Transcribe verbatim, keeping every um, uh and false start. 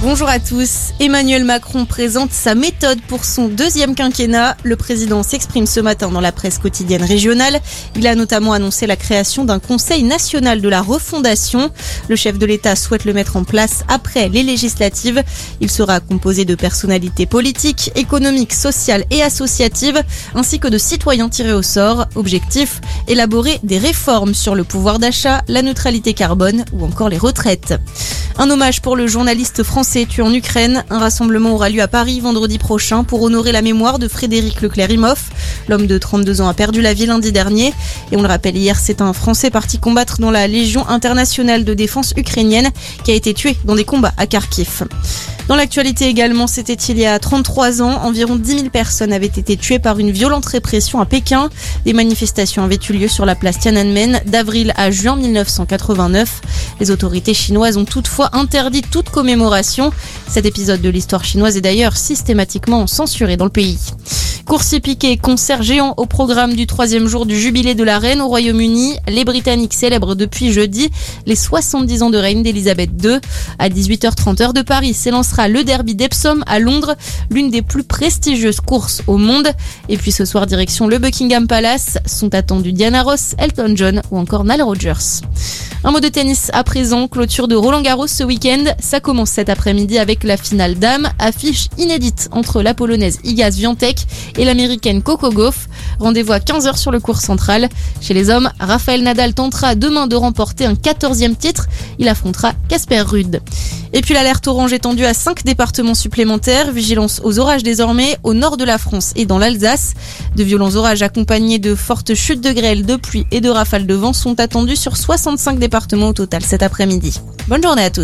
Bonjour à tous. Emmanuel Macron présente sa méthode pour son deuxième quinquennat. Le président s'exprime ce matin dans la presse quotidienne régionale. Il a notamment annoncé la création d'un conseil national de la refondation. Le chef de l'État souhaite le mettre en place après les législatives. Il sera composé de personnalités politiques, économiques, sociales et associatives, ainsi que de citoyens tirés au sort. Objectif, élaborer des réformes sur le pouvoir d'achat, la neutralité carbone ou encore les retraites. Un hommage pour le journaliste français tué en Ukraine. Un rassemblement aura lieu à Paris vendredi prochain pour honorer la mémoire de Frédéric Leclerc-Imhoff. L'homme de trente-deux ans a perdu la vie lundi dernier. Et on le rappelle, hier, c'est un Français parti combattre dans la Légion internationale de défense ukrainienne qui a été tué dans des combats à Kharkiv. Dans l'actualité également, c'était il y a trente-trois ans, environ dix mille personnes avaient été tuées par une violente répression à Pékin. Des manifestations avaient eu lieu sur la place Tiananmen d'avril à juin mille neuf cent quatre-vingt-neuf. Les autorités chinoises ont toutefois interdit toute commémoration. Cet épisode de l'histoire chinoise est d'ailleurs systématiquement censuré dans le pays. Course hippique, concert géant au programme du troisième jour du jubilé de la reine au Royaume-Uni. Les Britanniques célèbrent depuis jeudi les soixante-dix ans de règne d'Elisabeth deux. À dix-huit heures trente heure de Paris s'élancera le derby d'Epsom à Londres, l'une des plus prestigieuses courses au monde. Et puis ce soir, direction le Buckingham Palace, sont attendus Diana Ross, Elton John ou encore Nile Rodgers. Un mot de tennis à présent, clôture de Roland Garros ce week-end. Ça commence cet après-midi avec la finale dames, affiche inédite entre la polonaise Iga Świątek et l'américaine Coco Gauff. Rendez-vous à quinze heures sur le court central. Chez les hommes, Rafael Nadal tentera demain de remporter un quatorzième titre. Il affrontera Casper Ruud. Et puis l'alerte orange étendue à cinq départements supplémentaires. Vigilance aux orages désormais au nord de la France et dans l'Alsace. De violents orages accompagnés de fortes chutes de grêle, de pluie et de rafales de vent sont attendus sur soixante-cinq départements au total cet après-midi. Bonne journée à tous.